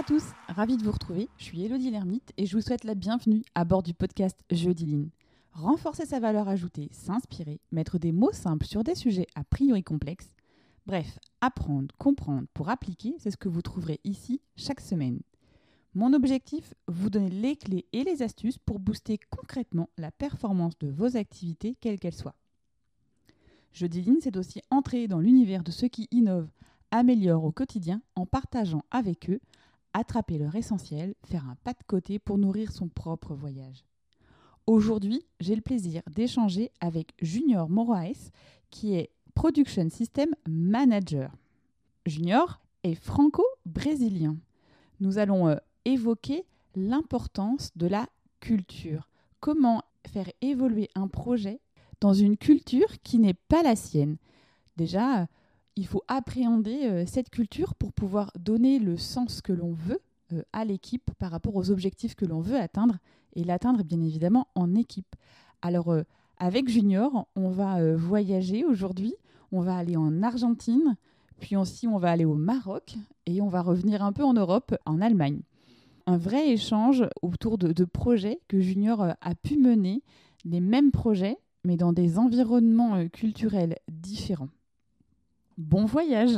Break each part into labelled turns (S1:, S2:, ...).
S1: à tous, ravie de vous retrouver, je suis Élodie Lermite et je vous souhaite la bienvenue à bord du podcast Jeudi Lean. Renforcer sa valeur ajoutée, s'inspirer, mettre des mots simples sur des sujets a priori complexes, bref, apprendre, comprendre pour appliquer, c'est ce que vous trouverez ici chaque semaine. Mon objectif, vous donner les clés et les astuces pour booster concrètement la performance de vos activités, quelles qu'elles soient. Jeudi Lean, c'est aussi entrer dans l'univers de ceux qui innovent, améliorent au quotidien en partageant avec eux, attraper leur essentiel, faire un pas de côté pour nourrir son propre voyage. Aujourd'hui, j'ai le plaisir d'échanger avec Junior Moraes, qui est Production System Manager. Junior est franco-brésilien. Nous allons évoquer l'importance de la culture. Comment faire évoluer un projet dans une culture qui n'est pas la sienne. Déjà, il faut appréhender cette culture pour pouvoir donner le sens que l'on veut à l'équipe par rapport aux objectifs que l'on veut atteindre et l'atteindre bien évidemment en équipe. Alors avec Junior, on va voyager aujourd'hui, on va aller en Argentine, puis aussi on va aller au Maroc et on va revenir un peu en Europe, en Allemagne. Un vrai échange autour de projets que Junior a pu mener, les mêmes projets mais dans des environnements culturels différents. Bon voyage!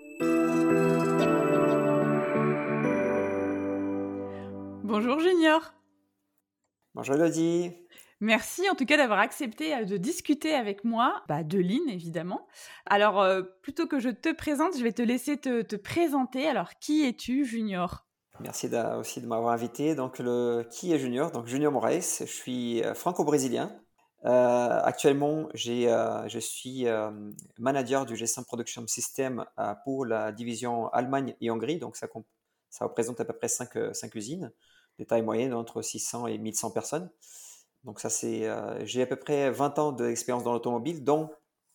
S1: Bonjour Junior!
S2: Bonjour Élodie!
S1: Merci en tout cas d'avoir accepté de discuter avec moi, de Lean évidemment. Alors plutôt que je te présente, je vais te laisser te présenter. Alors qui es-tu Junior?
S2: Merci aussi de m'avoir invité. Donc qui est Junior? Donc Junior Moraes, je suis franco-brésilien. Actuellement, je suis manager du GSM Production System pour la division Allemagne et Hongrie. Donc ça représente à peu près 5 usines de taille moyenne entre 600 et 1100 personnes. Donc ça j'ai à peu près 20 ans d'expérience dans l'automobile, dont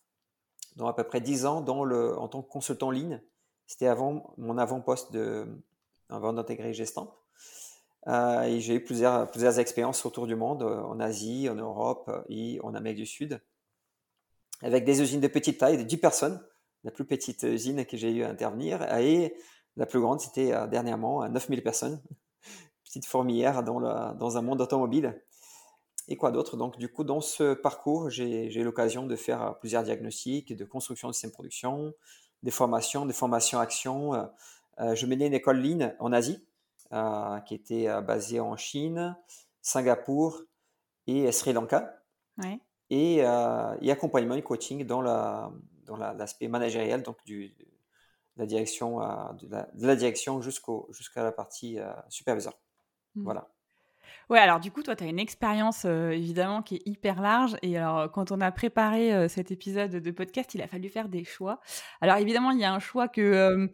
S2: à peu près 10 ans en tant que consultant Lean. C'était mon avant-poste avant d'intégrer Gestamp. Et j'ai eu plusieurs expériences autour du monde, en Asie, en Europe et en Amérique du Sud, avec des usines de petite taille, de 10 personnes. La plus petite usine que j'ai eu à intervenir, et la plus grande, c'était dernièrement à 9000 personnes. Petite fourmilière dans un monde automobile. Et quoi d'autre? Donc, du coup, dans ce parcours, j'ai eu l'occasion de faire plusieurs diagnostics, de construction de système de production, des formations actions. Je menais une école Lean en Asie, qui était basée en Chine, Singapour et Sri Lanka.
S1: Ouais.
S2: Et accompagnement et coaching dans l'aspect managérial, donc de la direction, de la direction jusqu'à la partie superviseur. Voilà.
S1: Ouais, alors du coup, toi, tu as une expérience évidemment qui est hyper large. Et alors, quand on a préparé cet épisode de podcast, il a fallu faire des choix. Alors évidemment, il y a un choix que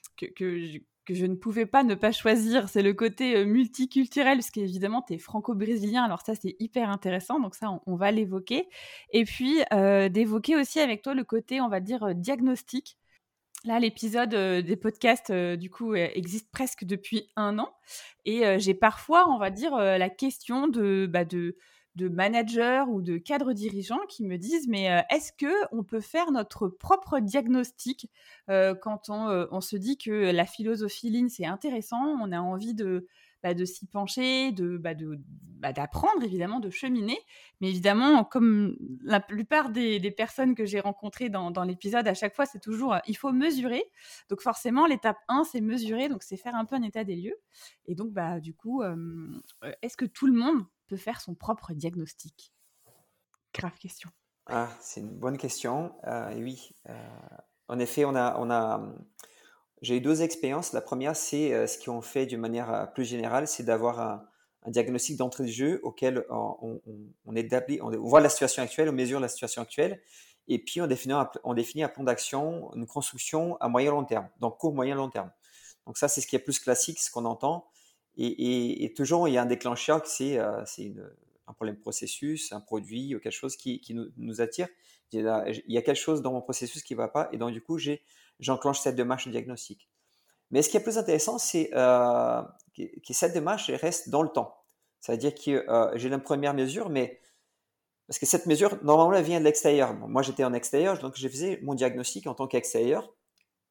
S1: je ne pouvais pas ne pas choisir, c'est le côté multiculturel, parce qu'évidemment, tu es franco-brésilien, alors ça, c'est hyper intéressant, donc ça, on va l'évoquer. Et puis, d'évoquer aussi avec toi le côté, on va dire, diagnostic. Là, l'épisode des podcasts, du coup, existe presque depuis 1 an. Et j'ai parfois, on va dire, la question de managers ou de cadres dirigeants qui me disent: «Mais est-ce qu'on peut faire notre propre diagnostic?» Quand on se dit que la philosophie Lean, c'est intéressant, on a envie de s'y pencher, d'apprendre évidemment, de cheminer. Mais évidemment, comme la plupart des personnes que j'ai rencontrées dans l'épisode, à chaque fois, c'est toujours il faut mesurer. Donc forcément, l'étape 1, c'est mesurer, donc c'est faire un peu un état des lieux. Et donc, du coup, est-ce que tout le monde peut faire son propre diagnostic? Grave question.
S2: Ah, c'est une bonne question. Et oui, en effet, j'ai eu 2 expériences. La première, c'est ce qu'on fait d'une manière plus générale, c'est d'avoir un diagnostic d'entrée de jeu auquel on établit, on voit la situation actuelle, on mesure la situation actuelle, et puis on définit un plan d'action, une construction à moyen long terme, donc court, moyen, long terme. Donc ça, c'est ce qui est plus classique, ce qu'on entend. Et toujours, il y a un déclencheur, c'est un problème processus, un produit ou quelque chose qui nous attire. Il y a quelque chose dans mon processus qui ne va pas, et donc du coup, j'enclenche cette démarche de diagnostic. Mais ce qui est plus intéressant, c'est que cette démarche reste dans le temps. C'est-à-dire que j'ai la première mesure, mais parce que cette mesure, normalement, elle vient de l'extérieur. Bon, moi, j'étais en extérieur, donc je faisais mon diagnostic en tant qu'extérieur.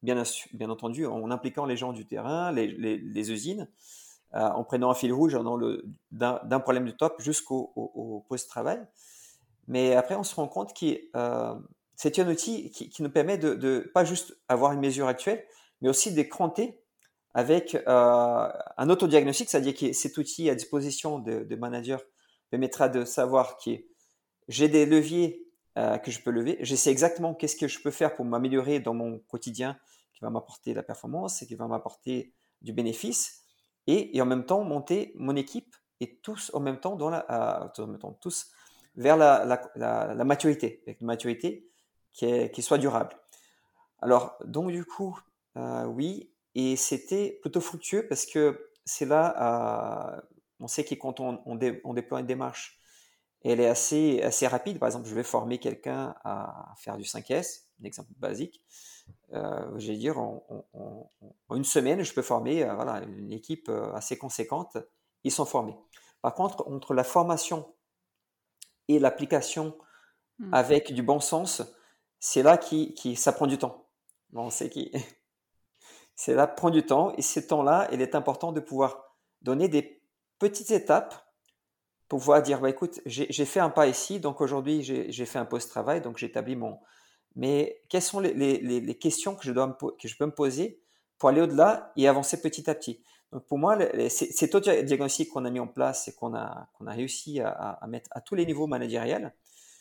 S2: bien entendu, en impliquant les gens du terrain, les usines, en prenant un fil rouge d'un problème de top jusqu'au post-travail. Mais après, on se rend compte que c'est un outil qui nous permet de pas juste avoir une mesure actuelle, mais aussi de cranter avec un autodiagnostic, c'est-à-dire que cet outil à disposition de manager permettra de savoir que j'ai des leviers que je peux lever, je sais exactement qu'est-ce que je peux faire pour m'améliorer dans mon quotidien qui va m'apporter la performance et qui va m'apporter du bénéfice, et en même temps monter mon équipe et tous en même temps tous vers la maturité, avec une maturité qui soit durable. Alors, donc du coup, oui, et c'était plutôt fructueux parce que c'est là, on sait que quand on déploie une démarche, elle est assez rapide. Par exemple, je vais former quelqu'un à faire du 5S, un exemple basique. Je vais dire, en une semaine, je peux former voilà, une équipe assez conséquente. Ils sont formés. Par contre, entre la formation et l'application avec du bon sens, c'est là ça prend du temps. Bon, c'est là prend du temps, et ce temps-là, il est important de pouvoir donner des petites étapes pour pouvoir dire, bah, écoute, j'ai fait un pas ici, donc aujourd'hui j'ai fait un post-travail, donc j'établis mon... Mais quelles sont les questions que je peux me poser pour aller au-delà et avancer petit à petit? Donc pour moi, cet auto-diagnostic qu'on a mis en place et qu'on a réussi à mettre à tous les niveaux managériels,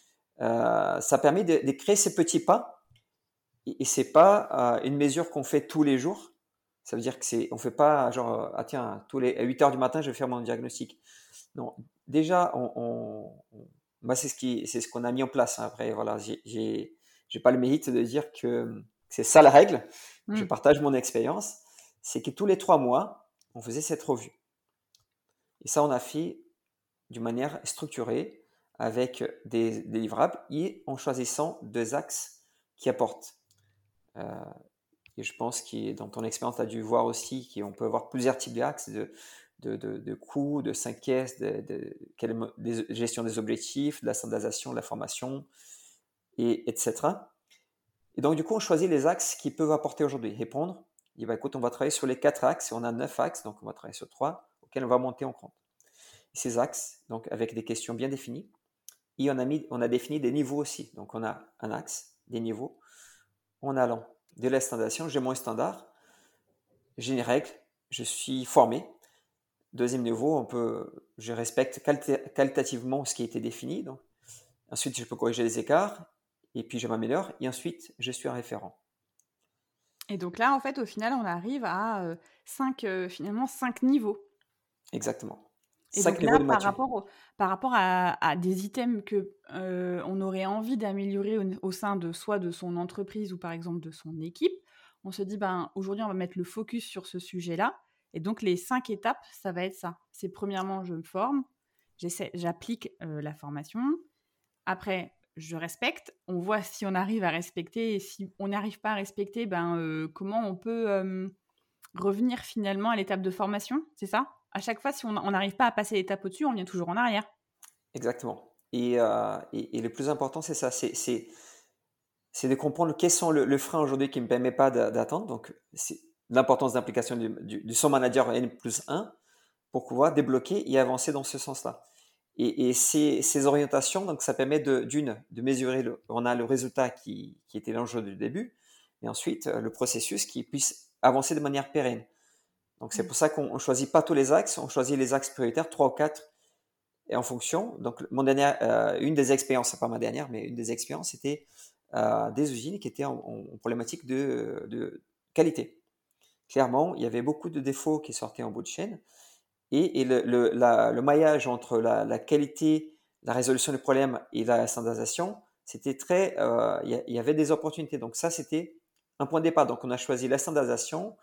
S2: ça permet de créer ces petits pas, et c'est pas une mesure qu'on fait tous les jours. Ça veut dire que on fait pas genre, ah tiens, à 8 heures du matin, je vais faire mon diagnostic. Non, déjà, moi, c'est ce qu'on a mis en place, hein. Après, voilà, j'ai pas le mérite de dire que c'est ça la règle. Je partage mon expérience. C'est que tous les 3 mois, on faisait cette revue. Et ça, on a fait d'une manière structurée, avec des livrables et en choisissant 2 axes qui apportent. Et je pense que dans ton expérience, tu as dû voir aussi qu'on peut avoir plusieurs types d'axes de coûts, de 5S, de gestion des objectifs, de la standardisation, de la formation, etc. Et donc, du coup, on choisit les axes qui peuvent apporter aujourd'hui, répondre. Et bah, écoute, on va travailler sur les 4 axes, et on a 9 axes, donc on va travailler sur 3, auxquels on va monter en compte. Et ces axes, donc avec des questions bien définies, et on a défini des niveaux aussi. Donc, on a un axe, des niveaux, en allant de la standardisation, j'ai mon standard, j'ai une règle, je suis formé. Deuxième niveau, je respecte qualitativement ce qui a été défini. Donc, ensuite, je peux corriger les écarts, et puis je m'améliore, et ensuite, je suis un référent.
S1: Et donc là, en fait, au final, on arrive à 5 niveaux.
S2: Exactement.
S1: Et
S2: 5
S1: donc
S2: niveaux
S1: là,
S2: de maturité.
S1: par rapport à des items que on aurait envie d'améliorer au sein de soit de son entreprise ou par exemple de son équipe, on se dit, ben, aujourd'hui, on va mettre le focus sur ce sujet-là. Et donc, les 5 étapes, ça va être ça. C'est premièrement, je me forme, j'applique la formation. Après, je respecte. On voit si on arrive à respecter. Et si on n'arrive pas à respecter, ben, comment on peut revenir finalement à l'étape de formation, c'est ça? À chaque fois, si on n'arrive pas à passer l'étape au-dessus, on vient toujours en arrière.
S2: Exactement. Et le plus important, c'est ça, c'est de comprendre quels sont le frein aujourd'hui qui ne me permet pas d'attendre. Donc, c'est l'importance d'implication du son manager N+1 pour pouvoir débloquer et avancer dans ce sens-là. Et ces orientations, donc ça permet de mesurer, on a le résultat qui était l'enjeu du début, et ensuite le processus qui puisse avancer de manière pérenne. Donc c'est pour ça qu'on ne choisit pas tous les axes, on choisit les axes prioritaires, 3 ou 4, et en fonction. Donc une des expériences, c'est pas ma dernière, mais une des expériences, c'était des usines qui étaient en problématique de qualité. Clairement, il y avait beaucoup de défauts qui sortaient en bout de chaîne, et le maillage entre la qualité, la résolution des problèmes et la standardisation, c'était il y avait des opportunités. Donc ça, c'était un point de départ. Donc on a choisi la standardisation,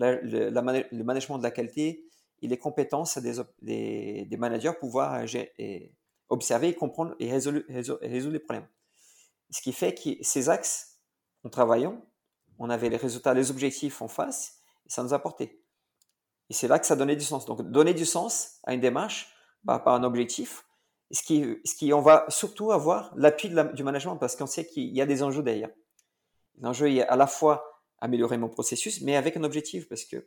S2: le management de la qualité et les compétences des managers pour pouvoir observer, comprendre et résoudre les problèmes. Ce qui fait que ces axes, en travaillant, on avait les résultats, les objectifs en face, et ça nous a apporté. Et c'est là que ça donnait du sens. Donc, donner du sens à une démarche par rapport à un objectif, on va surtout avoir l'appui du management, parce qu'on sait qu'il y a des enjeux derrière. L'enjeu est à la fois améliorer mon processus, mais avec un objectif, parce que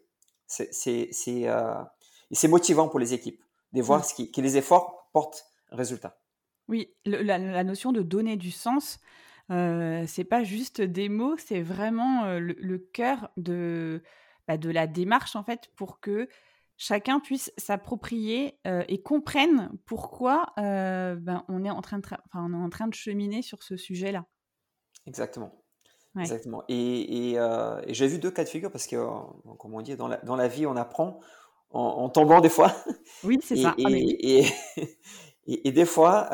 S2: c'est motivant pour les équipes de voir que les efforts portent un résultat.
S1: Oui, la notion de donner du sens, c'est pas juste des mots, c'est vraiment le cœur de la démarche, en fait, pour que chacun puisse s'approprier et comprenne pourquoi on est en train on est en train de cheminer sur ce sujet-là.
S2: Exactement.
S1: Ouais.
S2: Exactement. Et j'ai vu deux cas de figure parce que, comme on dit, dans la vie, on apprend en tombant des fois.
S1: Oui, c'est ça. Ah, mais oui.
S2: Et des fois,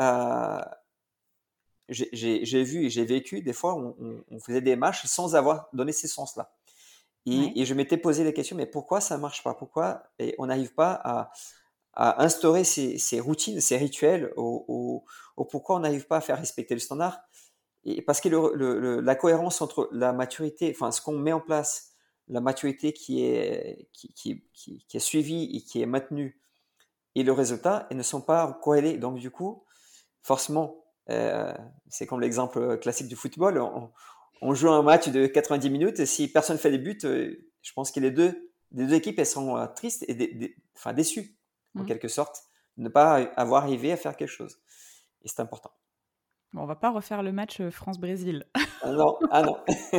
S2: j'ai vu et j'ai vécu, des fois, on faisait des marches sans avoir donné ces sens-là.
S1: Ouais.
S2: Et je m'étais posé la question, mais pourquoi ça ne marche pas? Pourquoi on n'arrive pas à instaurer ces routines, ces rituels, pourquoi on n'arrive pas à faire respecter le standard? Et parce que la cohérence entre la maturité, enfin ce qu'on met en place, la maturité qui est suivie et qui est maintenue, et le résultat, elles ne sont pas corrélés. Donc du coup, forcément, c'est comme l'exemple classique du football, on joue un match de 90 minutes, et si personne ne fait des buts, je pense que les deux équipes, elles sont tristes et déçues, en quelque sorte, de ne pas avoir arrivé à faire quelque chose. Et c'est important.
S1: Bon, on va pas refaire le match France-Brésil.
S2: Ah non, ah non.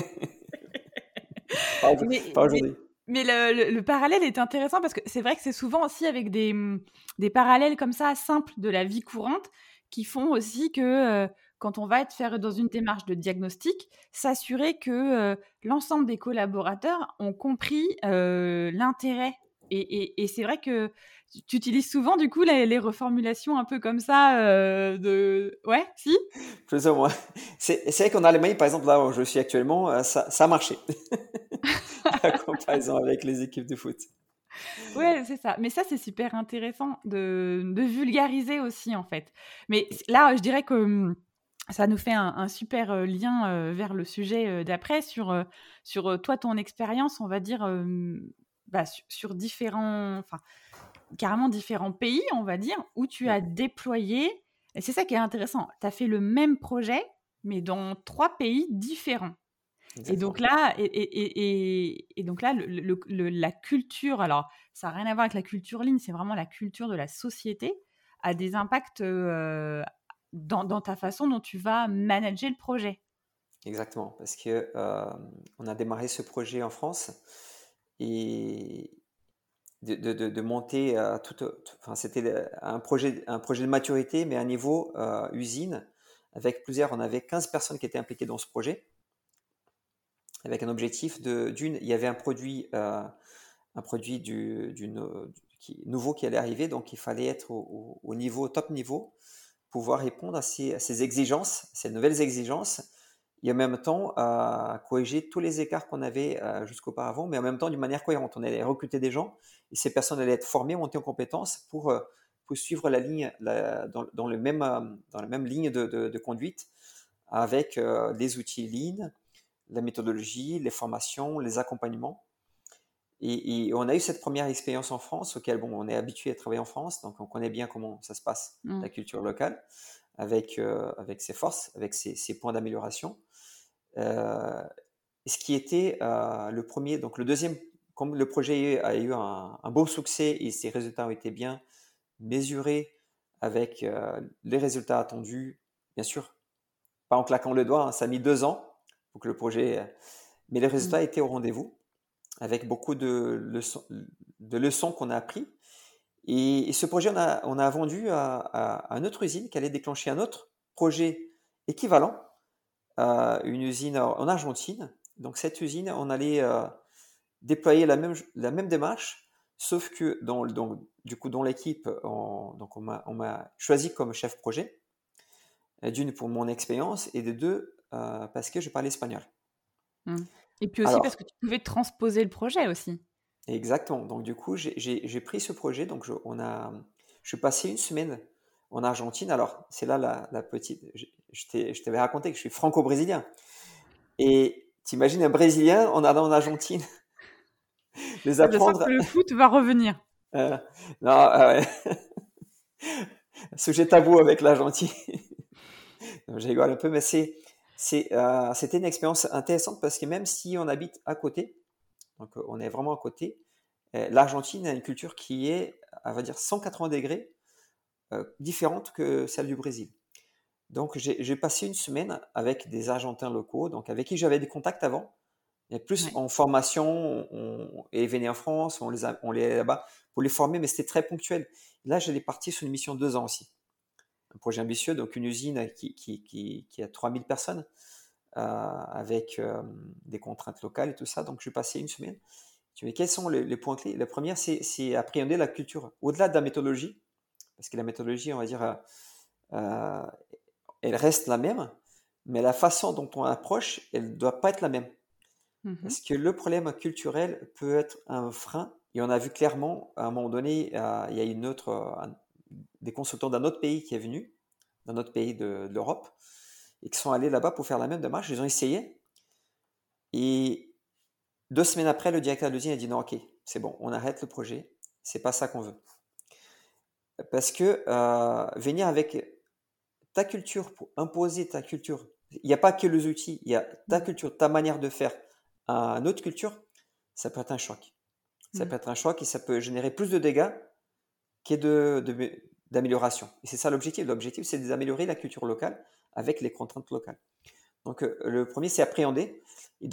S2: Pas aujourd'hui.
S1: Mais le parallèle est intéressant parce que c'est vrai que c'est souvent aussi avec des parallèles comme ça, simples de la vie courante, qui font aussi que quand on va être faire dans une démarche de diagnostic, s'assurer que l'ensemble des collaborateurs ont compris l'intérêt. Et c'est vrai que tu utilises souvent du coup les reformulations un peu comme ça de... Ouais, si.
S2: Plus ou moins. C'est vrai qu'en Allemagne, par exemple, là où je suis actuellement, ça a marché. La comparaison avec les équipes de foot.
S1: Ouais, c'est ça. Mais ça, c'est super intéressant de vulgariser aussi, en fait. Mais là, je dirais que ça nous fait un super lien vers le sujet d'après sur toi, ton expérience, on va dire, sur différents, enfin, carrément différents pays, on va dire, où tu as déployé. Et c'est ça qui est intéressant. Tu as fait le même projet, mais dans 3 pays différents. Et
S2: Exactement.
S1: donc là, donc là, la culture, alors ça n'a rien à voir avec la culture ligne, c'est vraiment la culture de la société, a des impacts dans ta façon dont tu vas manager le projet.
S2: Exactement. Parce que on a démarré ce projet en France et de monter enfin, c'était un projet de maturité, mais à niveau usine, avec plusieurs, on avait 15 personnes qui étaient impliquées dans ce projet, avec un objectif il y avait un produit nouveau qui allait arriver, donc il fallait être au niveau, top niveau, pouvoir répondre à ces exigences, ces nouvelles exigences, et en même temps à corriger tous les écarts qu'on avait jusqu'auparavant, mais en même temps d'une manière cohérente. On allait recruter des gens, et ces personnes allaient être formées, monter en compétences pour suivre la ligne, dans la même ligne de conduite, avec les outils Lean, la méthodologie, les formations, les accompagnements. Et on a eu cette première expérience en France, auquel on est habitué à travailler en France, donc on connaît bien comment ça se passe, la culture locale, avec ses forces, avec ses points d'amélioration. Ce qui était le premier, donc le deuxième, comme le projet a eu un beau succès et ses résultats ont été bien mesurés avec les résultats attendus, bien sûr, pas en claquant le doigt, hein, ça a mis 2 ans pour que le projet, mais les résultats étaient au rendez-vous, avec beaucoup de leçons qu'on a appris. Et ce projet, on a vendu à une autre usine qui allait déclencher un autre projet équivalent, une usine en Argentine. Donc cette usine, on allait déployer la même démarche, sauf que du coup, dans l'équipe, on m'a choisi comme chef projet, d'une pour mon expérience et de deux parce que je parlais espagnol.
S1: Et puis aussi parce que tu pouvais transposer le projet aussi.
S2: Exactement. Donc du coup, j'ai pris ce projet. Donc je suis passé une semaine en Argentine. Alors c'est là la petite. Je t'avais raconté que je suis franco-brésilien. Et t'imagines un Brésilien en allant en Argentine, les
S1: Je sens
S2: apprendre.
S1: que le foot va revenir.
S2: Non, ouais. Sujet tabou avec l'Argentine. Je rigole un peu, mais C'était une expérience intéressante parce que même si on habite à côté, donc on est vraiment à côté, l'Argentine a une culture qui est, on va dire, 180 degrés différente que celle du Brésil. Donc j'ai passé une semaine avec des Argentins locaux, donc avec qui j'avais des contacts avant, et plus
S1: Ouais.
S2: en formation, et ils venaient en France, on les allait là-bas pour les former, mais c'était très ponctuel. Là, j'allais partir sur une mission de 2 ans aussi. Un projet ambitieux, donc une usine qui a 3000 personnes, avec des contraintes locales et tout ça. Donc, je vais passer une semaine. Tu vois, quels sont les points clés? La première, c'est appréhender la culture. Au-delà de la méthodologie, parce que la méthodologie, on va dire, euh, elle reste la même, mais la façon dont on approche, elle ne doit pas être la même.
S1: Mhm.
S2: Parce que le problème culturel peut être un frein. Et on a vu clairement, à un moment donné, il y a des consultants d'un autre pays qui est venu, d'un autre pays de l'Europe, et qui sont allés là-bas pour faire la même démarche. Ils ont essayé. Et 2 semaines après, le directeur de l'usine a dit non, ok, c'est bon, on arrête le projet. C'est pas ça qu'on veut. Parce que venir avec ta culture pour imposer ta culture, il n'y a pas que les outils, il y a ta culture, ta manière de faire à une autre culture, ça peut être un choc. Ça
S1: Mhm.
S2: peut être un choc et ça peut générer plus de dégâts d'amélioration. Et c'est ça l'objectif. L'objectif, c'est d'améliorer la culture locale avec les contraintes locales. Donc, le premier, c'est appréhender. Et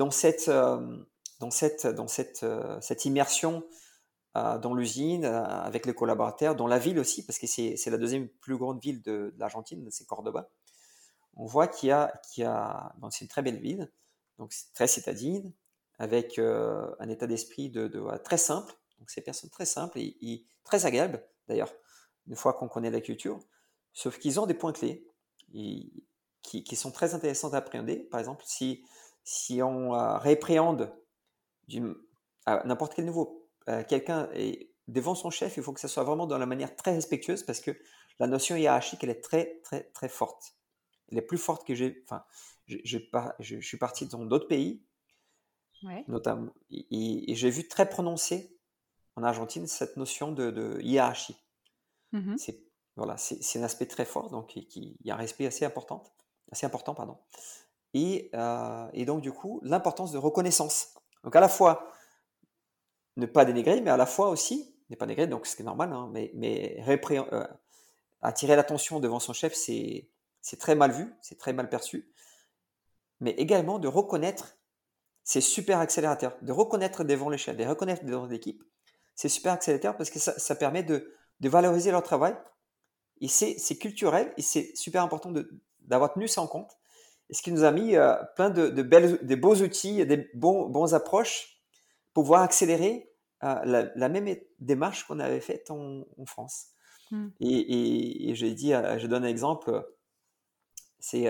S2: cette immersion dans l'usine, avec les collaborateurs, dans la ville aussi, parce que c'est la deuxième plus grande ville de l'Argentine, c'est Cordoba. On voit donc c'est une très belle ville, donc c'est très citadine, avec un état d'esprit très simple. Donc, c'est des personnes très simples et très agréables, d'ailleurs, une fois qu'on connaît la culture. Sauf qu'ils ont des points clés qui sont très intéressants à appréhender. Par exemple, si on répréhende à n'importe quel niveau quelqu'un est devant son chef, il faut que ça soit vraiment dans la manière très respectueuse parce que la notion hiérarchique, elle est très, très, très forte. Elle est plus forte que j'ai. Enfin, je suis parti dans d'autres pays,
S1: Ouais.
S2: notamment, et j'ai vu très prononcé en Argentine cette notion de hiérarchie.
S1: Mhm.
S2: C'est voilà, c'est un aspect très fort, donc il y a un respect assez important, pardon. Et donc du coup, l'importance de reconnaissance. Donc à la fois ne pas dénigrer, mais à la fois aussi ne pas dénigrer, donc ce qui est normal, hein, mais attirer l'attention devant son chef, c'est très mal vu, c'est très mal perçu, mais également de reconnaître, c'est super accélérateur, de reconnaître devant le chef, de reconnaître devant l'équipe, c'est super accélérateur parce que ça permet de valoriser leur travail, et c'est culturel, et c'est super important d'avoir tenu ça en compte, et ce qui nous a mis plein des beaux outils, des bons approches pour pouvoir accélérer la même démarche qu'on avait faite en France.
S1: Mhm.
S2: Et je donne un exemple, c'est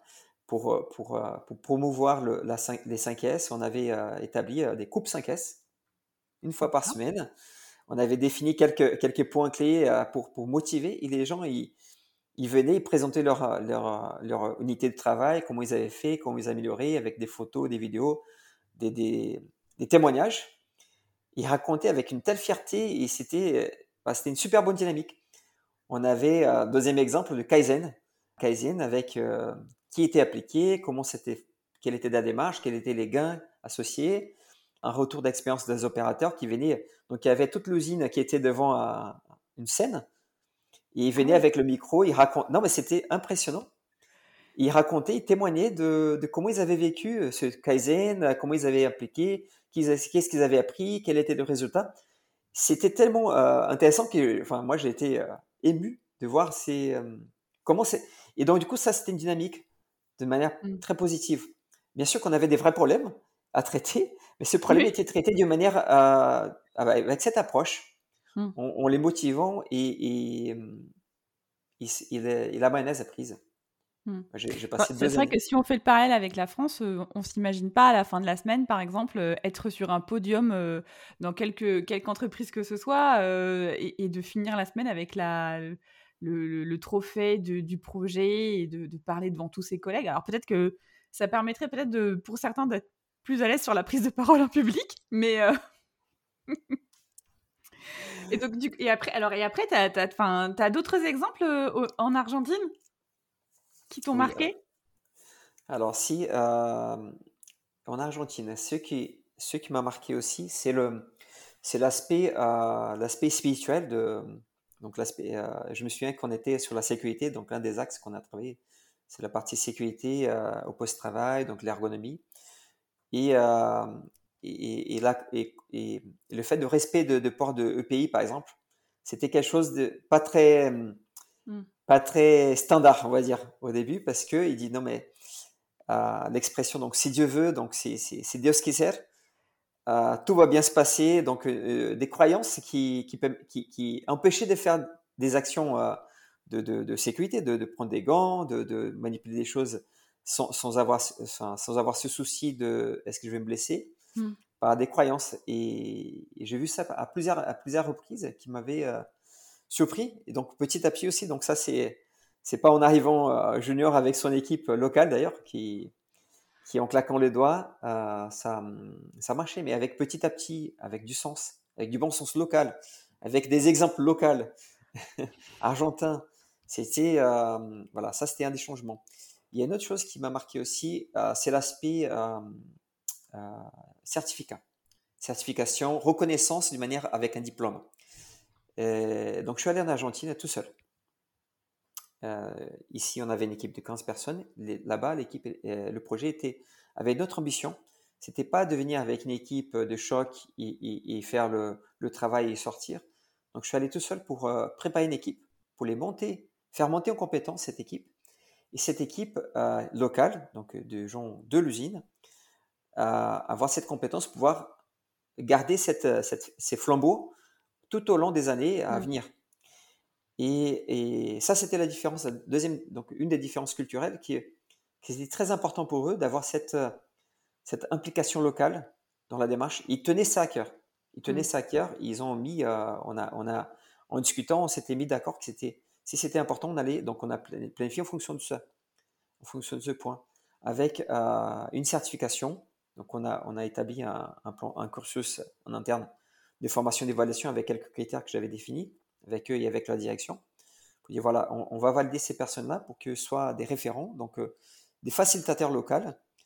S2: pour promouvoir les 5S, on avait établi des coupes 5S une fois par
S1: D'accord.
S2: semaine. On avait défini quelques points clés pour motiver, et les gens, ils venaient, ils présentaient leur unité de travail, comment ils avaient fait, comment ils amélioraient, avec des photos, des vidéos, des témoignages. Ils racontaient avec une telle fierté, et c'était une super bonne dynamique. On avait un deuxième exemple de Kaizen avec qui était appliqué, quelle était la démarche, quels étaient les gains associés, un retour d'expérience des opérateurs qui venaient. Donc il y avait toute l'usine qui était devant une scène, et ils
S1: Ah
S2: venaient
S1: ouais.
S2: avec le micro, ils racontaient. Non, mais c'était impressionnant. Ils racontaient, ils témoignaient de comment ils avaient vécu ce Kaizen, comment ils avaient appliqué, qu'est-ce qu'ils avaient appris, quel était le résultat. C'était tellement intéressant que, enfin, moi, j'ai été ému de voir comment c'est. Et donc, du coup, ça, c'était une dynamique de manière
S1: Mhm.
S2: très positive. Bien sûr qu'on avait des vrais problèmes à traiter, mais ce problème
S1: Oui.
S2: était traité d'une manière avec cette approche,
S1: Mhm.
S2: en les motivant, et la mayonnaise a prise.
S1: Mhm.
S2: J'ai
S1: Bah,
S2: passé
S1: c'est
S2: 2
S1: vrai
S2: années.
S1: que si on fait le parallèle avec la France, on s'imagine pas à la fin de la semaine, par exemple, être sur un podium dans quelque entreprise que ce soit et de finir la semaine avec le trophée du projet et de parler devant tous ses collègues. Alors peut-être que ça permettrait peut-être pour certains d'être plus à l'aise sur la prise de parole en public, mais et donc et après t'as d'autres exemples en Argentine qui t'ont
S2: Oui,
S1: marqué?
S2: Alors, si en Argentine, ce qui m'a marqué aussi, c'est l'aspect spirituel donc je me souviens qu'on était sur la sécurité, donc l'un des axes qu'on a travaillé, c'est la partie sécurité au post-travail, donc l'ergonomie. Et, euh, et le fait de respect de port de EPI, par exemple, c'était quelque chose de
S1: Mm.
S2: pas très standard, on va dire, au début, parce que il dit non, mais l'expression, donc si Dieu veut, donc c'est Dieu qui sert, tout va bien se passer. Donc, des croyances qui empêchaient de faire des actions de sécurité, de prendre des gants, de manipuler des choses sans avoir ce souci de est-ce que je vais me blesser,
S1: Mm.
S2: par des croyances. Et j'ai vu ça à plusieurs reprises qui m'avaient surpris. Et donc, petit à petit aussi, donc ça, c'est pas en arrivant junior avec son équipe locale d'ailleurs, qui en claquant les doigts, ça marchait, mais avec petit à petit, avec du sens, avec du bon sens local, avec des exemples locaux, argentins, voilà, ça c'était un des changements. Il y a une autre chose qui m'a marqué aussi, c'est l'aspect euh, certificat, certification, reconnaissance d'une manière avec un diplôme. Donc je suis allé en Argentine tout seul. Ici, on avait une équipe de 15 personnes. Là-bas, le projet avait une autre ambition. C'était pas de venir avec une équipe de choc et faire le travail et sortir. Donc, je suis allé tout seul pour préparer une équipe, pour faire monter en compétence cette équipe. Et cette équipe locale, donc de gens de l'usine, avoir cette compétence, pouvoir garder ces flambeaux tout au long des années à
S1: Mm.
S2: venir. Et ça, c'était la différence. Donc une des différences culturelles qui était très important pour eux d'avoir cette implication locale dans la démarche. Ils tenaient ça à cœur. Ils tenaient
S1: Mm.
S2: ça à cœur. Ils ont mis, en discutant, on s'était mis d'accord que si c'était important, donc on a planifié en fonction de ça, en fonction de ce point, avec une certification. Donc on a établi un cursus en interne de formation d'évaluation avec quelques critères que j'avais définis avec eux et avec la direction. Pour dire voilà, on va valider ces personnes-là pour que ce soient des référents, donc des facilitateurs locaux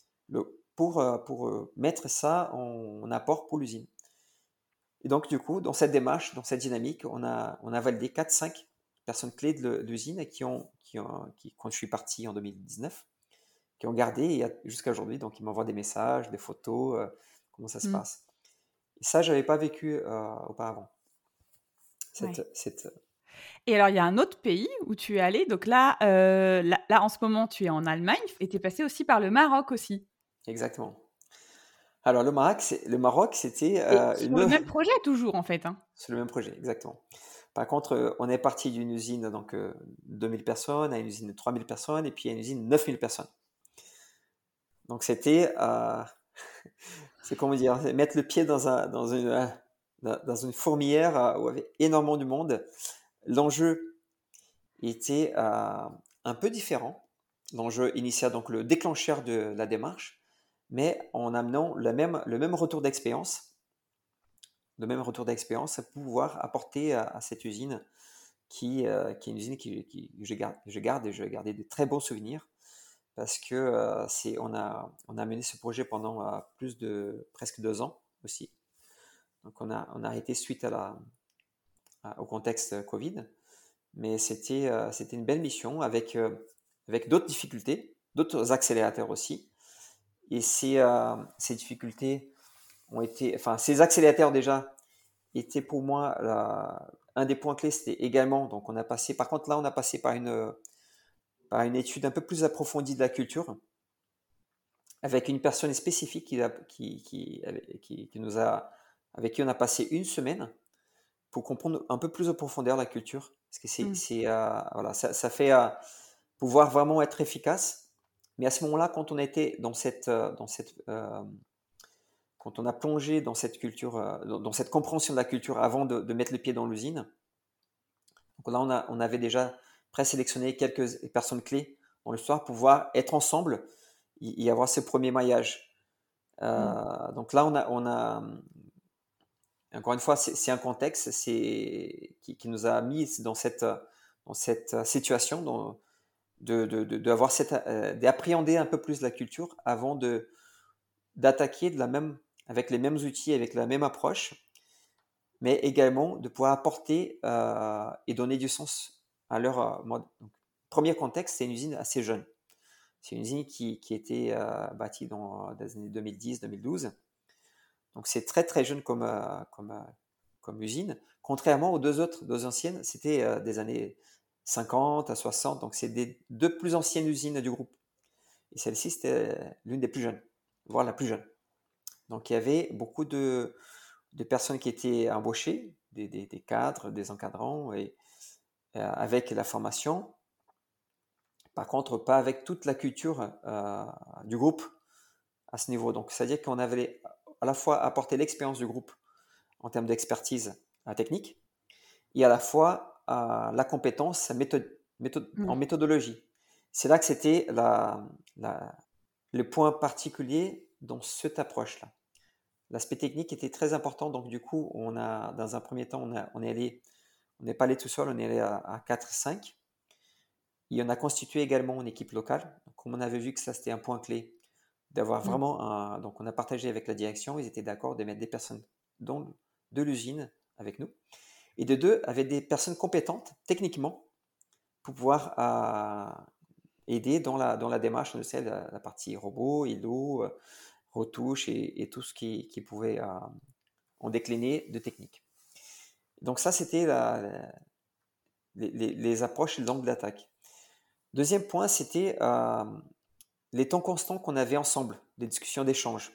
S2: pour mettre ça en apport pour l'usine. Et donc, du coup, dans cette démarche, dans cette dynamique, on a validé 4-5 personnes clés de l'usine quand je suis parti en 2019, qui ont gardé jusqu'à aujourd'hui. Donc, ils m'envoient des messages, des photos, comment ça se
S1: Mm.
S2: passe. Et ça, je n'avais pas vécu auparavant.
S1: Ouais.
S2: Cette
S1: Et alors, il y a un autre pays où tu es allé. Donc là, en ce moment, tu es en Allemagne et tu es passé aussi par le Maroc aussi.
S2: Exactement. Alors, le Maroc, c'était
S1: Et sur le même projet toujours, en fait, hein.
S2: c'est le même projet, exactement. Par contre, on est parti d'une usine donc 2000 personnes à une usine de 3000 personnes et puis à une usine de 9000 personnes. Donc c'est comment dire, c'est mettre le pied dans une fourmilière où il y avait énormément de monde. L'enjeu était un peu différent. L'enjeu initial, donc le déclencheur de la démarche, mais en amenant le même retour d'expérience à pouvoir apporter à cette usine qui est une usine que je garde et je gardais de très bons souvenirs parce que on a mené ce projet pendant plus de presque 2 ans aussi. Donc on a arrêté suite au contexte Covid, mais c'était une belle mission avec d'autres difficultés, d'autres accélérateurs aussi. Et ces difficultés enfin ces accélérateurs déjà étaient pour moi un des points clés, c'était également, donc par contre là on a passé par une étude un peu plus approfondie de la culture, avec une personne spécifique avec qui on a passé une semaine pour comprendre un peu plus en profondeur la culture. Parce que
S1: Mm.
S2: voilà, ça fait pouvoir vraiment être efficace. Mais à ce moment-là, quand on était quand on a plongé dans cette culture, dans cette compréhension de la culture avant de mettre le pied dans l'usine, donc là on avait déjà présélectionné quelques personnes clés dans l'histoire pour pouvoir être ensemble y avoir ce premier maillage.
S1: Mm.
S2: Donc là, encore une fois, c'est un contexte qui nous a mis dans cette situation d'appréhender un peu plus la culture avant d'attaquer avec les mêmes outils, avec la même approche, mais également de pouvoir apporter et donner du sens à leur mode. Donc, premier contexte, c'est une usine assez jeune. C'est une usine qui a été bâtie dans les années 2010-2012. Donc c'est très très jeune comme usine. Contrairement aux deux anciennes, c'était des années 50 à 60. Donc c'est des deux plus anciennes usines du groupe. Et celle-ci, c'était l'une des plus jeunes, voire la plus jeune. Donc il y avait beaucoup de personnes qui étaient embauchées, des cadres, des encadrants, et avec la formation. Par contre, pas avec toute la culture du groupe à ce niveau. Donc, c'est-à-dire qu'on avait à la fois apporté l'expérience du groupe en termes d'expertise technique et à la fois la compétence en méthodologie. C'est là que c'était le point particulier dans cette approche-là. L'aspect technique était très important, donc du coup, dans un premier temps, on n'est pas allé tout seul, on est allé à 4-5. Et on a constitué également une équipe locale. Donc, comme on avait vu que ça, c'était un point clé, d'avoir vraiment donc on a partagé avec la direction, ils étaient d'accord de mettre des personnes de l'usine avec nous. Et de deux, avec des personnes compétentes techniquement pour pouvoir aider dans la démarche de la partie robot, ILO, retouche et tout ce qui pouvait en décliner de technique. Donc ça, c'était les approches et les angles d'attaque. Deuxième point, c'était les temps constants qu'on avait ensemble, les discussions d'échange.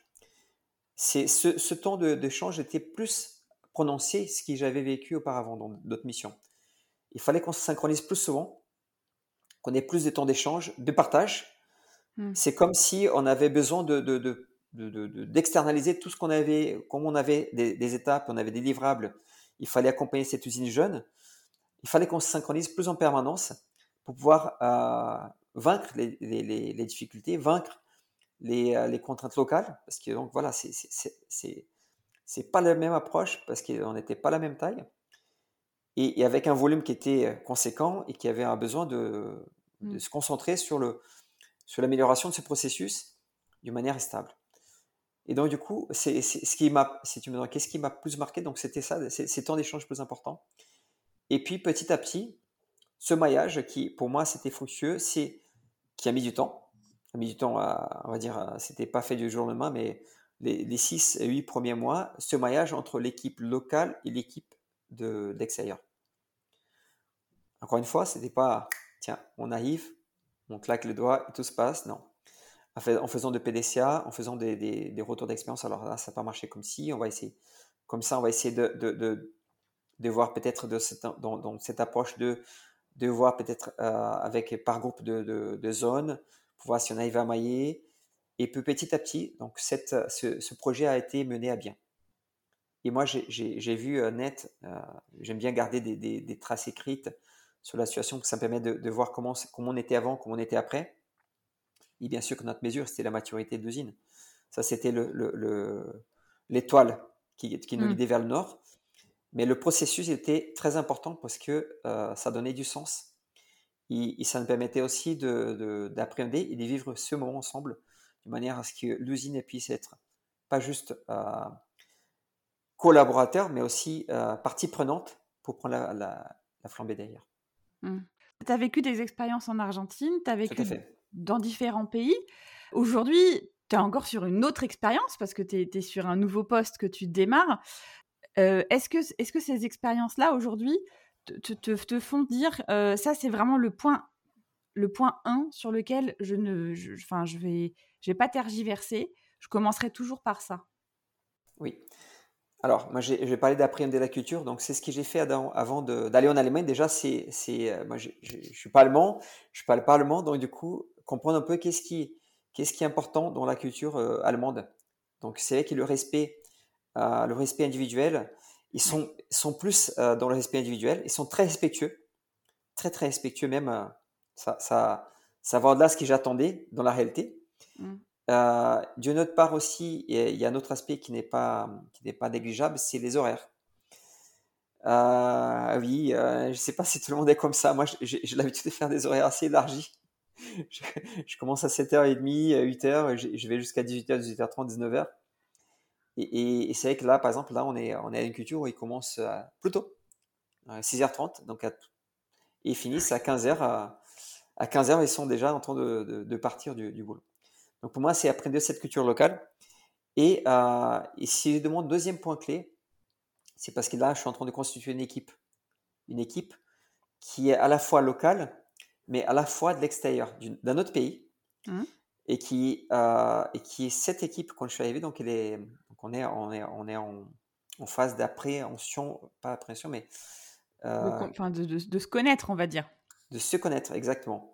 S2: Ce temps d'échange était plus prononcé ce que j'avais vécu auparavant dans d'autres missions. Il fallait qu'on se synchronise plus souvent, qu'on ait plus de temps d'échange, de partage. C'est comme si on avait besoin d'externaliser tout ce qu'on avait, comme on avait des étapes, on avait des livrables, il fallait accompagner cette usine jeune, il fallait qu'on se synchronise plus en permanence pour pouvoir vaincre les difficultés, vaincre les contraintes locales, parce que donc voilà, c'est pas la même approche, parce qu'on n'était pas la même taille, et avec un volume qui était conséquent et qui avait un besoin de se concentrer sur l'amélioration de ce processus d'une manière stable. Et donc du coup, c'est ce qui m'a, si tu me demandes qu'est-ce qui m'a plus marqué, donc c'était ça, ces temps d'échange plus importants. Et puis petit à petit, ce maillage qui, pour moi, c'était fructueux, qui a mis du temps. A mis du temps, on va dire, c'était pas fait du jour au lendemain, mais les 6 et 8 premiers mois, ce maillage entre l'équipe locale et l'équipe d'extérieur. Encore une fois, c'était pas, tiens, on arrive, on claque les doigts et tout se passe, non. En faisant de PDCA, en faisant des retours d'expérience, alors là, ça n'a pas marché comme si, on va essayer comme ça, on va essayer de voir peut-être dans cette approche de voir peut-être par groupe de zones, pour voir si on arrive à mailler. Et puis petit à petit, donc ce projet a été mené à bien. Et moi, j'ai vu net, j'aime bien garder des traces écrites sur la situation, que ça me permet de voir comment on était avant, comment on était après. Et bien sûr que notre mesure, c'était la maturité de l'usine. Ça, c'était l'étoile qui nous guidait vers le nord. Mais le processus était très important parce que ça donnait du sens. Et ça nous permettait aussi d'appréhender et de vivre ce moment ensemble de manière à ce que l'usine puisse être pas juste collaborateur, mais aussi partie prenante pour prendre la flambée derrière.
S1: Tu as vécu des expériences en Argentine, tu as vécu
S2: fait.
S1: Dans différents pays. Aujourd'hui, tu es encore sur une autre expérience parce que tu es sur un nouveau poste que tu démarres. Est-ce que ces expériences-là, aujourd'hui, te font dire ça, c'est vraiment le point 1 sur lequel je vais pas tergiverser, je commencerai toujours par ça?
S2: Oui. Alors, moi, j'ai parlé d'appréhender la culture, donc c'est ce que j'ai fait avant d'aller en Allemagne. Déjà, moi, je suis pas allemand, je parle pas allemand, donc du coup, comprendre un peu qu'est-ce qui est important dans la culture allemande. Donc, c'est vrai que le respect individuel, ils sont plus dans le respect individuel, ils sont très respectueux, très très respectueux même. Ça va au-delà de ce que j'attendais dans la réalité. D'une autre part aussi, il y a un autre aspect qui n'est pas négligeable, c'est les horaires. Oui, je ne sais pas si tout le monde est comme ça. Moi, j'ai l'habitude de faire des horaires assez élargis. je, je commence à 7h30, à 8h, je vais jusqu'à 18h, 18h30, 19h. Et c'est vrai que là, par exemple, là, on est à une culture où ils commencent plus tôt, à 6h30, donc et ils finissent à 15h. À 15h, ils sont déjà en train de partir du boulot. Donc pour moi, c'est apprendre cette culture locale. Et si je demande deuxième point clé, c'est parce que là, je suis en train de constituer une équipe qui est à la fois locale, mais à la fois de l'extérieur, d'un autre pays,
S1: Mmh.
S2: et qui est cette équipe quand je suis arrivé. Donc, on est en phase d'appréhension, pas appréhension, mais euh,
S1: De se connaître, on va dire.
S2: de se connaître exactement.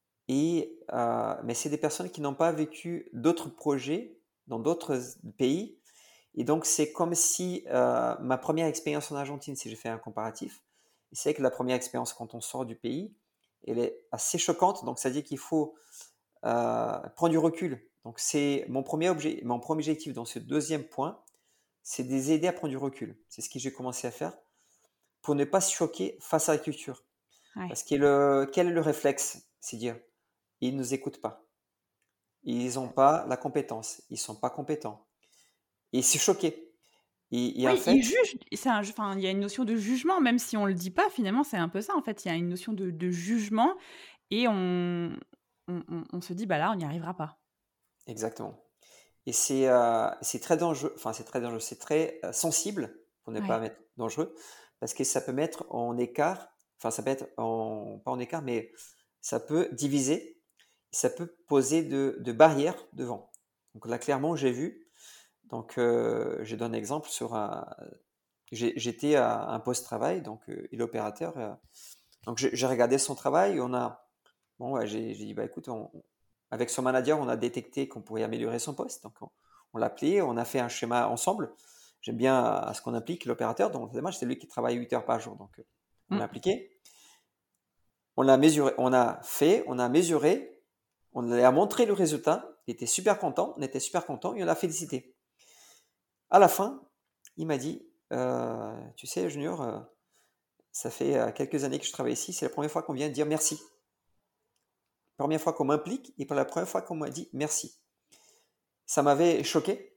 S2: Mais c'est des personnes qui n'ont pas vécu d'autres projets dans d'autres pays. Et donc, c'est comme si ma première expérience en Argentine, si j'ai fait un comparatif, c'est que la première expérience quand on sort du pays, elle est assez choquante. Donc, ça dit qu'il faut prendre du recul. Donc, c'est mon premier objectif dans ce deuxième point, c'est de les aider à prendre du recul. C'est ce que j'ai commencé à faire pour ne pas se choquer face à la culture.
S1: Ouais.
S2: Parce que quel est le réflexe? C'est dire, ils ne nous écoutent pas. Ils n'ont pas la compétence. Ils ne sont pas compétents. Et c'est choqué. Et en
S1: Oui, ils
S2: fait,
S1: jugent. Enfin, il y a une notion de jugement, même si on le dit pas. Finalement, c'est un peu ça. En fait, il y a une notion de jugement et on se dit, bah là, on n'y arrivera pas.
S2: exactement. Et c'est très dangereux, enfin c'est très dangereux, c'est très sensible, pour ne pas
S1: Ouais.
S2: mettre dangereux, parce que ça peut mettre en écart, enfin ça peut être pas en écart, mais ça peut diviser, ça peut poser de barrières devant. Donc là clairement j'ai vu, donc je donne un exemple j'étais à un post-travail, donc et l'opérateur, donc j'ai regardé son travail, bon ouais, j'ai dit bah écoute, avec son manager, on a détecté qu'on pourrait améliorer son poste. Donc, on l'a appelé, on a fait un schéma ensemble. J'aime bien à ce qu'on implique l'opérateur. Donc, c'est lui qui travaille 8 heures par jour. Donc, on
S1: Mm.
S2: l'a appliqué. On l'a mesuré, on a mesuré, on lui a montré le résultat. Il était super content, on était super content et on l'a félicité. À la fin, il m'a dit, tu sais, Junior, ça fait quelques années que je travaille ici. C'est la première fois qu'on vient dire merci. Première fois qu'on m'implique et pour la première fois qu'on m'a dit merci. Ça m'avait choqué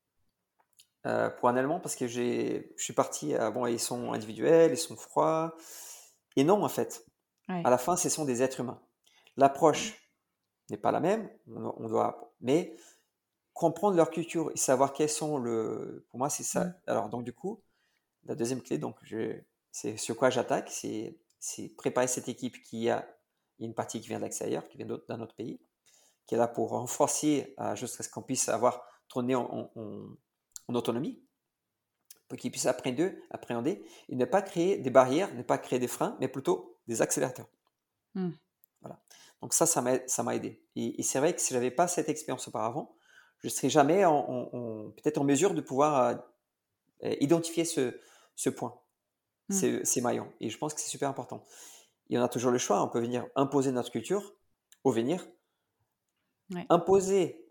S2: pour un Allemand parce que je suis parti, bon, ils sont individuels, ils sont froids. Et non, en fait,
S1: Ouais.
S2: à la fin, ce sont des êtres humains. L'approche n'est pas la même, on doit, mais comprendre leur culture et savoir quels sont pour moi, c'est
S1: Mm.
S2: ça. Alors, donc, du coup, la deuxième clé, donc, c'est sur quoi j'attaque, c'est préparer cette équipe il y a une partie qui vient de l'extérieur, qui vient d'un autre pays, qui est là pour renforcer jusqu'à ce qu'on puisse tourner en autonomie, pour qu'ils puissent appréhender et ne pas créer des barrières, ne pas créer des freins, mais plutôt des accélérateurs.
S1: Mm.
S2: Voilà. Donc ça m'a aidé. Et c'est vrai que si j'avais pas cette expérience auparavant, je ne serais jamais peut-être en mesure de pouvoir identifier ce point,
S1: Mm.
S2: ces maillons. Et je pense que c'est super important. Et on a toujours le choix, on peut venir imposer notre culture au venir,
S1: Ouais.
S2: imposer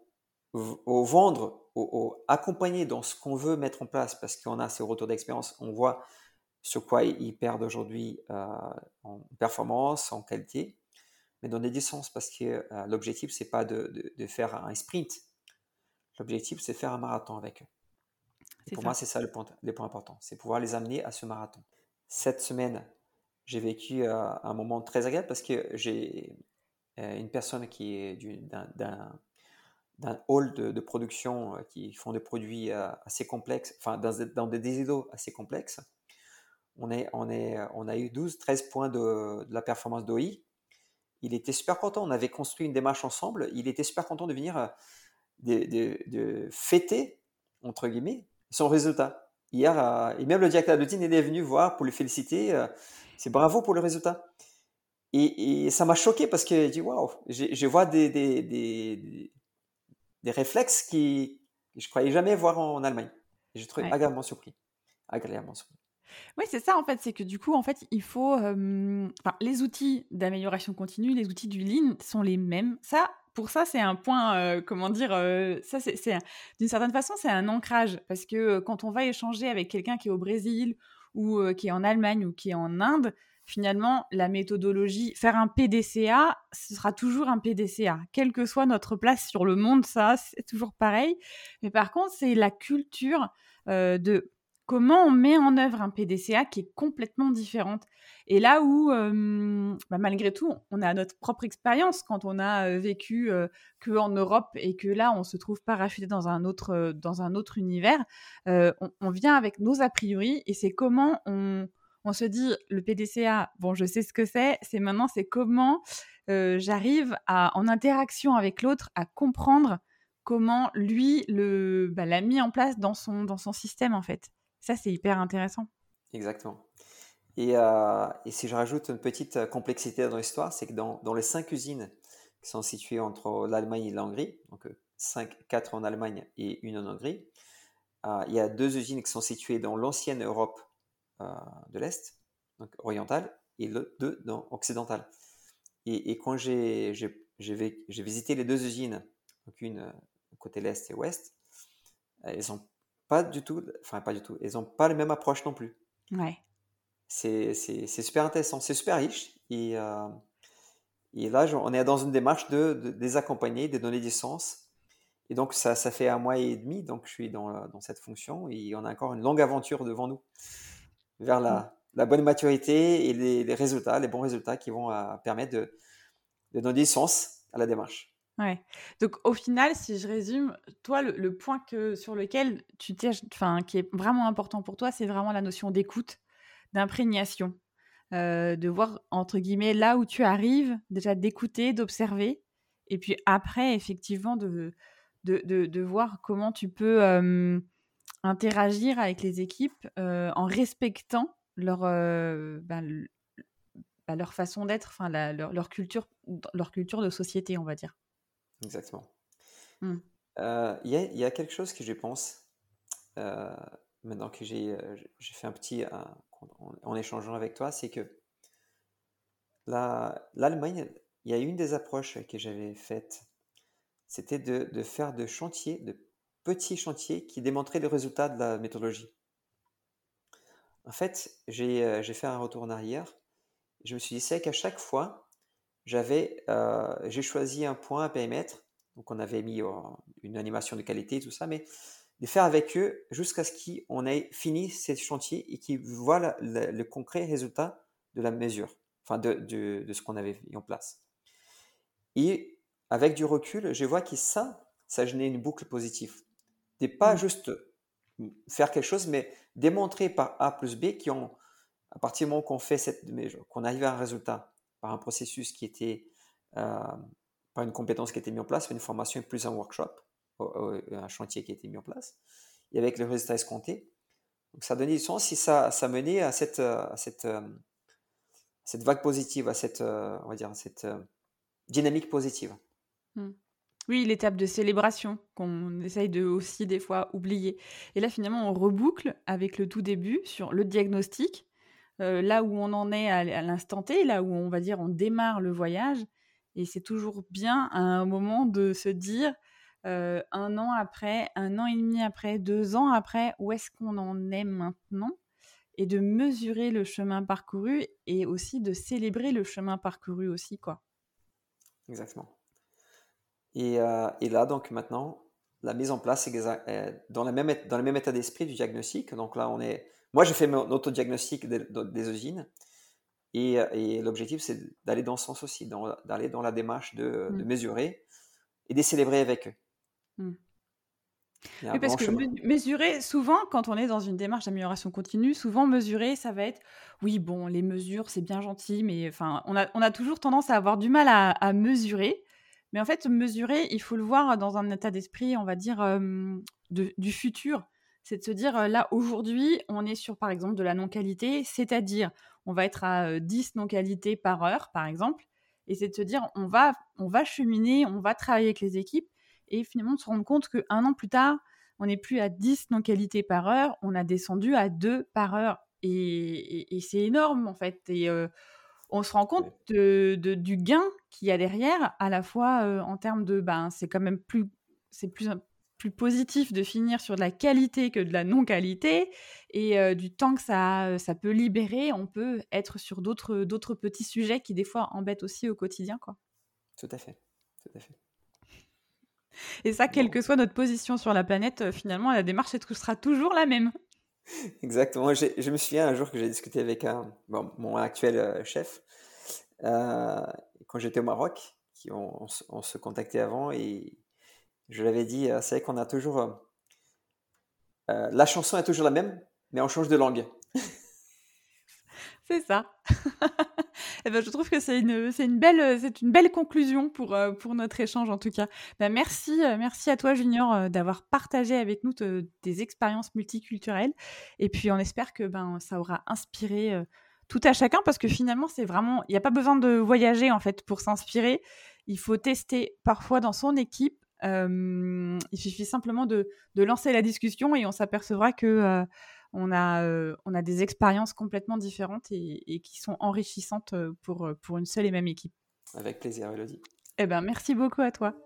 S2: au vendre, accompagner dans ce qu'on veut mettre en place, parce qu'on a ces retours d'expérience, on voit sur quoi ils perdent aujourd'hui en performance, en qualité, mais dans les deux sens, parce que l'objectif, c'est pas de faire un sprint, l'objectif, c'est de faire un marathon avec eux. Et
S1: C'est
S2: pour moi,
S1: ça.
S2: c'est ça le point important, c'est pouvoir les amener à ce marathon. Cette semaine, j'ai vécu un moment très agréable parce que j'ai une personne qui est d'un hall de production qui font des produits assez complexes, enfin dans des ISO assez complexes. On a eu 12-13 points de la performance d'OI. Il était super content, on avait construit une démarche ensemble, il était super content de venir de fêter, entre guillemets, son résultat. Hier, et même le directeur de il est venu voir pour le féliciter, c'est bravo pour le résultat. Et ça m'a choqué parce que je dis waouh, je vois des réflexes que je croyais jamais voir en Allemagne. Et j'ai trouvé
S1: Ouais.
S2: agréablement surpris. Agréablement surpris.
S1: Oui, c'est ça en fait, c'est que du coup, en fait, il faut, enfin, les outils d'amélioration continue, les outils du Lean sont les mêmes. Ça, pour ça, c'est un point, comment dire, ça, d'une certaine façon, c'est un ancrage parce que quand on va échanger avec quelqu'un qui est au Brésil ou qui est en Allemagne ou qui est en Inde, finalement, la méthodologie, faire un PDCA, ce sera toujours un PDCA. Quelle que soit notre place sur le monde, ça, c'est toujours pareil. Mais par contre, c'est la culture de comment on met en œuvre un PDCA qui est complètement différente. Et là où, malgré tout, on a notre propre expérience quand on a vécu qu'en Europe et que là, on se trouve parachuté dans un autre univers, on vient avec nos a priori et c'est comment on se dit, le PDCA, bon, je sais ce que c'est maintenant, c'est comment j'arrive en interaction avec l'autre, à comprendre comment lui l'a mis en place dans son système, en fait. Ça, c'est hyper intéressant.
S2: Exactement. Et si je rajoute une petite complexité dans l'histoire, c'est que dans les 5 usines qui sont situées entre l'Allemagne et la Hongrie, donc 4 en Allemagne et une en Hongrie, il y a 2 usines qui sont situées dans l'ancienne Europe de l'Est, donc orientale, et 2 dans occidentale. Et quand j'ai visité les 2 usines, donc une côté l'Est et Ouest, elles n'ont pas du tout, elles n'ont pas la même approche non plus.
S1: Ouais.
S2: C'est super intéressant, c'est super riche. Et là, on est dans une démarche de les accompagner, de donner du sens. Et donc, ça fait 1 mois et demi, donc je suis dans cette fonction et on a encore une longue aventure devant nous vers la bonne maturité et les résultats, les bons résultats qui vont permettre de donner du sens à la démarche.
S1: Ouais. Donc au final, si je résume, toi, le point sur lequel qui est vraiment important pour toi, c'est vraiment la notion d'écoute, d'imprégnation, de voir, entre guillemets, là où tu arrives, déjà d'écouter, d'observer, et puis après, effectivement, de voir comment tu peux interagir avec les équipes en respectant leur façon d'être, enfin leur culture de société, on va dire.
S2: Exactement.
S1: Mm.
S2: Il y a quelque chose que je pense, maintenant que j'ai fait un petit, en échangeant avec toi, c'est que l'Allemagne, il y a une des approches que j'avais faites, c'était de faire de petits chantiers qui démontraient les résultats de la méthodologie. En fait, j'ai fait un retour en arrière. Je me suis dit, c'est qu'à chaque fois, j'ai choisi un point, un périmètre. Donc, on avait mis une animation de qualité, tout ça, mais de faire avec eux jusqu'à ce qu'on ait fini ces chantiers et qu'ils voient le concret résultat de la mesure, enfin de ce qu'on avait mis en place. Et avec du recul, je vois que ça génère une boucle positive. De pas juste faire quelque chose, mais démontrer par A plus B à partir du moment qu'on fait qu'on arrive à un résultat par un processus qui était, par une compétence qui a été mise en place, une formation plus un workshop, un chantier qui a été mis en place, et avec le résultat escompté. Donc ça donnait du sens et ça menait à cette vague positive, on va dire, à cette dynamique positive.
S1: Oui, l'étape de célébration qu'on essaye de aussi des fois oublier. Et là, finalement, on reboucle avec le tout début sur le diagnostic, là où on en est à l'instant T, là où on va dire on démarre le voyage. Et c'est toujours bien à un moment de se dire 1 an après, 1 an et demi après, 2 ans après, où est-ce qu'on en est maintenant? Et de mesurer le chemin parcouru et aussi de célébrer le chemin parcouru aussi, quoi.
S2: Exactement. Et là, donc maintenant, la mise en place est dans le même état d'esprit du diagnostic. Donc là, moi, j'ai fait mon autodiagnostic des usines. Et l'objectif, c'est d'aller dans ce sens aussi, d'aller dans la démarche de mesurer et de célébrer avec eux. Il y a un
S1: Oui, parce
S2: grand
S1: que
S2: chemin.
S1: mesurer, souvent, quand on est dans une démarche d'amélioration continue, souvent mesurer, ça va être oui, bon, les mesures, c'est bien gentil, mais enfin, on a toujours tendance à avoir du mal à mesurer. Mais en fait, mesurer, il faut le voir dans un état d'esprit, on va dire, du futur. C'est de se dire, là, aujourd'hui, on est sur, par exemple, de la non-qualité, c'est-à-dire, on va être à 10 non-qualités par heure, par exemple. Et c'est de se dire, on va cheminer, on va travailler avec les équipes. Et finalement, de se rendre compte qu'un an plus tard, on n'est plus à 10 non-qualités par heure, on a descendu à 2 par heure. Et c'est énorme, en fait. Et on se rend compte du gain qu'il y a derrière, à la fois en termes de, c'est quand même plus plus positif de finir sur de la qualité que de la non-qualité, et du temps que ça peut libérer, on peut être sur d'autres petits sujets qui des fois embêtent aussi au quotidien, quoi.
S2: Tout à fait, tout à fait.
S1: Et ça, quelle
S2: Bon,
S1: que soit notre position sur la planète, finalement, la démarche sera toujours la même.
S2: exactement. Je me souviens un jour que j'ai discuté avec mon actuel chef euh, quand j'étais au Maroc, on se contactait avant et je l'avais dit, c'est vrai qu'on a toujours la chanson est toujours la même, mais on change de langue.
S1: C'est ça. Eh ben, je trouve que c'est une belle conclusion pour notre échange, en tout cas. Ben, merci à toi, Junior, d'avoir partagé avec nous tes expériences multiculturelles. Et puis, on espère que ça aura inspiré tout à chacun, parce que finalement, c'est vraiment, il n'y a pas besoin de voyager, en fait, pour s'inspirer. Il faut tester parfois dans son équipe. Il suffit simplement de lancer la discussion et on s'apercevra que on a des expériences complètement différentes et qui sont enrichissantes pour une seule et même équipe.
S2: Avec plaisir, Elodie.
S1: Eh ben, merci beaucoup à toi.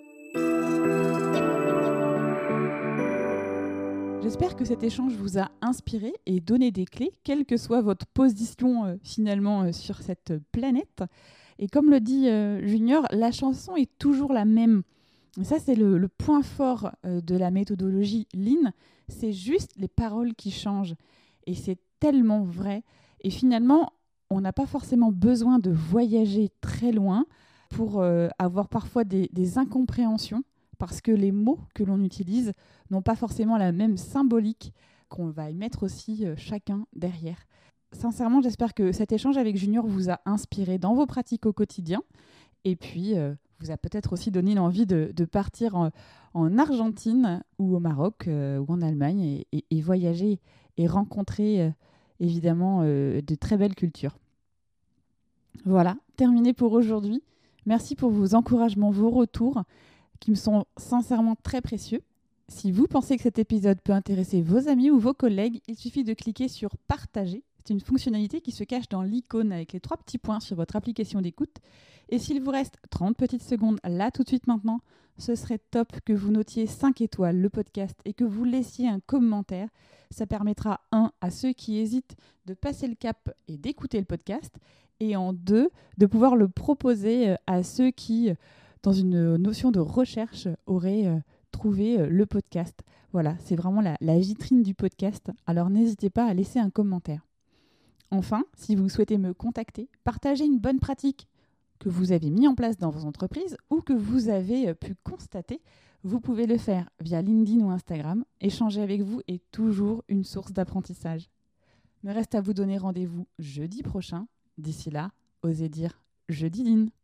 S1: J'espère que cet échange vous a inspiré et donné des clés, quelle que soit votre position finalement sur cette planète. Et comme le dit Junior, la chanson est toujours la même. Et ça, c'est le point fort de la méthodologie Lean. C'est juste les paroles qui changent. Et c'est tellement vrai. Et finalement, on n'a pas forcément besoin de voyager très loin pour avoir parfois des incompréhensions, parce que les mots que l'on utilise n'ont pas forcément la même symbolique qu'on va y mettre aussi chacun derrière. Sincèrement, j'espère que cet échange avec Junior vous a inspiré dans vos pratiques au quotidien. Et puis, vous a peut-être aussi donné l'envie de partir en Argentine ou au Maroc ou en Allemagne et voyager et rencontrer évidemment de très belles cultures. Voilà, terminé pour aujourd'hui. Merci pour vos encouragements, vos retours qui me sont sincèrement très précieux. Si vous pensez que cet épisode peut intéresser vos amis ou vos collègues, il suffit de cliquer sur « Partager ». C'est une fonctionnalité qui se cache dans l'icône avec les 3 petits points sur votre application d'écoute. Et s'il vous reste 30 petites secondes là tout de suite maintenant, ce serait top que vous notiez 5 étoiles le podcast et que vous laissiez un commentaire. Ça permettra, 1, à ceux qui hésitent de passer le cap et d'écouter le podcast, et en 2, de pouvoir le proposer à ceux qui, dans une notion de recherche, auraient trouvé le podcast. Voilà, c'est vraiment la vitrine du podcast. Alors n'hésitez pas à laisser un commentaire. Enfin, si vous souhaitez me contacter, partagez une bonne pratique que vous avez mis en place dans vos entreprises ou que vous avez pu constater, vous pouvez le faire via LinkedIn ou Instagram. Échanger avec vous est toujours une source d'apprentissage. Me reste à vous donner rendez-vous jeudi prochain. D'ici là, osez dire jeudi Lean.